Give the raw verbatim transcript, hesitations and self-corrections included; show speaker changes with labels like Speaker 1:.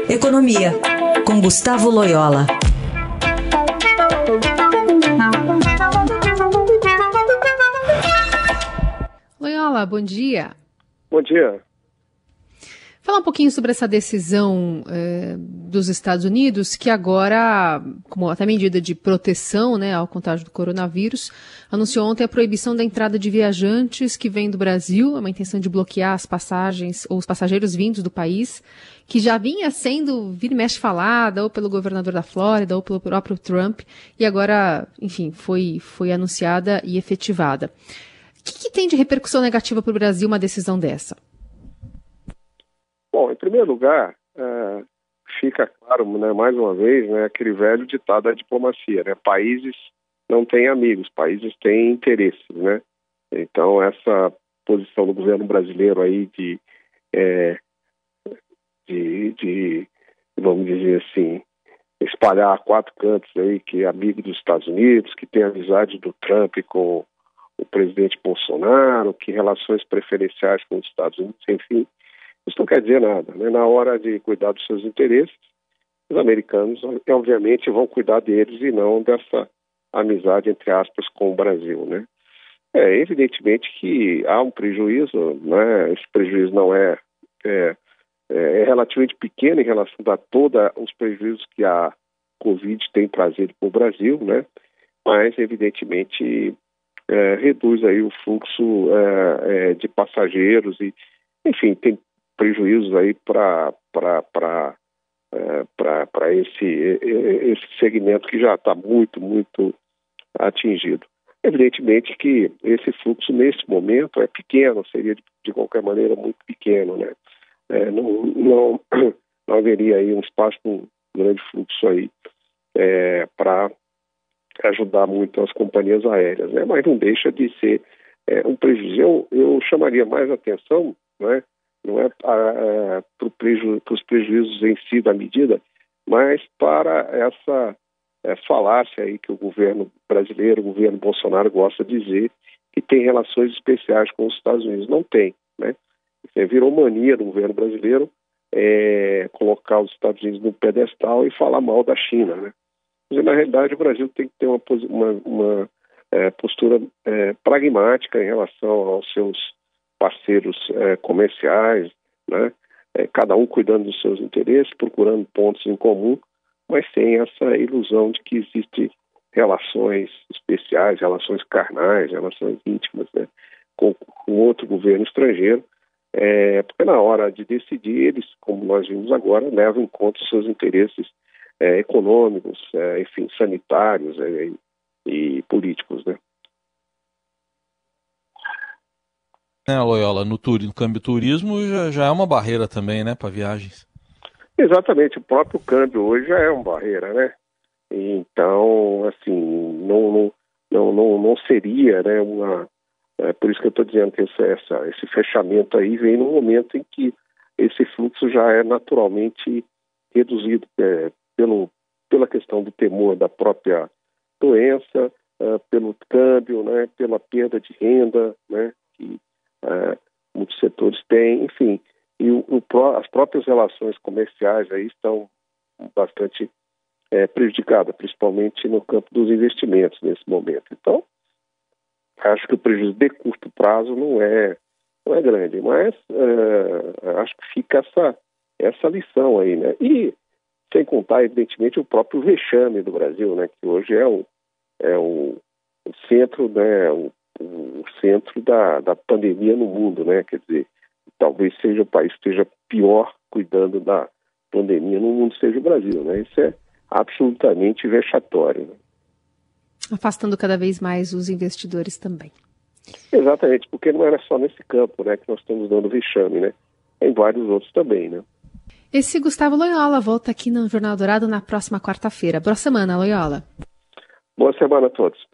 Speaker 1: Economia, com Gustavo Loyola.
Speaker 2: Loyola, bom dia.
Speaker 3: Bom dia.
Speaker 2: Falar um pouquinho sobre essa decisão eh, dos Estados Unidos, que agora, como até medida de proteção, né, ao contágio do coronavírus, anunciou ontem a proibição da entrada de viajantes que vêm do Brasil, é uma intenção de bloquear as passagens ou os passageiros vindos do país, que já vinha sendo vira e mexe falada, ou pelo governador da Flórida, ou pelo próprio Trump, e agora, enfim, foi, foi anunciada e efetivada. O que, que tem de repercussão negativa para o Brasil uma decisão dessa?
Speaker 3: Bom, em primeiro lugar, uh, fica claro, né, mais uma vez, né, aquele velho ditado da diplomacia, né? Países não têm amigos, países têm interesses, né? Então, essa posição do governo brasileiro aí de, é, de, de, vamos dizer assim, espalhar a quatro cantos aí que é amigo dos Estados Unidos, que tem amizade do Trump com o presidente Bolsonaro, que relações preferenciais com os Estados Unidos, enfim. Isso não quer dizer nada, né? Na hora de cuidar dos seus interesses, os americanos, obviamente, vão cuidar deles e não dessa amizade, entre aspas, com o Brasil, né? É evidentemente que há um prejuízo, né? Esse prejuízo não é, é, é relativamente pequeno em relação a todos os prejuízos que a Covid tem trazido para o Brasil, né? Mas, evidentemente, é, reduz aí o fluxo é, é, de passageiros e, enfim, tem prejuízos aí para para para esse esse segmento que já está muito muito atingido. Evidentemente que esse fluxo nesse momento é pequeno, seria de, de qualquer maneira muito pequeno, né? É, não, não não haveria aí um espaço para um grande fluxo aí é, para ajudar muito as companhias aéreas, né? Mas não deixa de ser é, um prejuízo. Eu, eu chamaria mais atenção, né? Não é para pro preju, os prejuízos em si da medida, mas para essa é, falácia aí que o governo brasileiro, o governo Bolsonaro gosta de dizer que tem relações especiais com os Estados Unidos. Não tem, né? É, virou mania do governo brasileiro é, colocar os Estados Unidos no pedestal e falar mal da China, né? Mas, na realidade, o Brasil tem que ter uma, uma, uma é, postura é, pragmática em relação aos seus parceiros é, comerciais, né? É, cada um cuidando dos seus interesses, procurando pontos em comum, mas sem essa ilusão de que existem relações especiais, relações carnais, relações íntimas, né? com, com outro governo estrangeiro, é, porque na hora de decidir, eles, como nós vimos agora, levam em conta os seus interesses é, econômicos, é, enfim, sanitários é, e, e políticos, né?
Speaker 4: Né, Loyola, no, tur... no câmbio turismo já, já é uma barreira também, né, para viagens.
Speaker 3: Exatamente, o próprio câmbio hoje já é uma barreira, né? Então, assim, não, não, não, não, não seria, né, uma... É por isso que eu estou dizendo que esse, essa, esse fechamento aí vem no momento em que esse fluxo já é naturalmente reduzido é, pelo, pela questão do temor da própria doença, é, pelo câmbio, né, pela perda de renda, né, que Uh, muitos setores têm, enfim, e o, o, as próprias relações comerciais aí estão bastante é, prejudicadas, principalmente no campo dos investimentos nesse momento. Então, acho que o prejuízo de curto prazo não é, não é grande, mas uh, acho que fica essa, essa lição aí, né? E, sem contar, evidentemente, o próprio vexame do Brasil, né? Que hoje é o, é o, o centro, né? O, o centro da, da pandemia no mundo, né? Quer dizer, talvez seja o país que esteja pior cuidando da pandemia no mundo, seja o Brasil, né? Isso é absolutamente vexatório, né?
Speaker 2: Afastando cada vez mais os investidores também.
Speaker 3: Exatamente, porque não era só nesse campo, né, que nós estamos dando vexame, né? Em vários outros também, né?
Speaker 2: Esse Gustavo Loyola volta aqui no Jornal Dourado na próxima quarta-feira. Boa semana, Loyola.
Speaker 3: Boa semana a todos.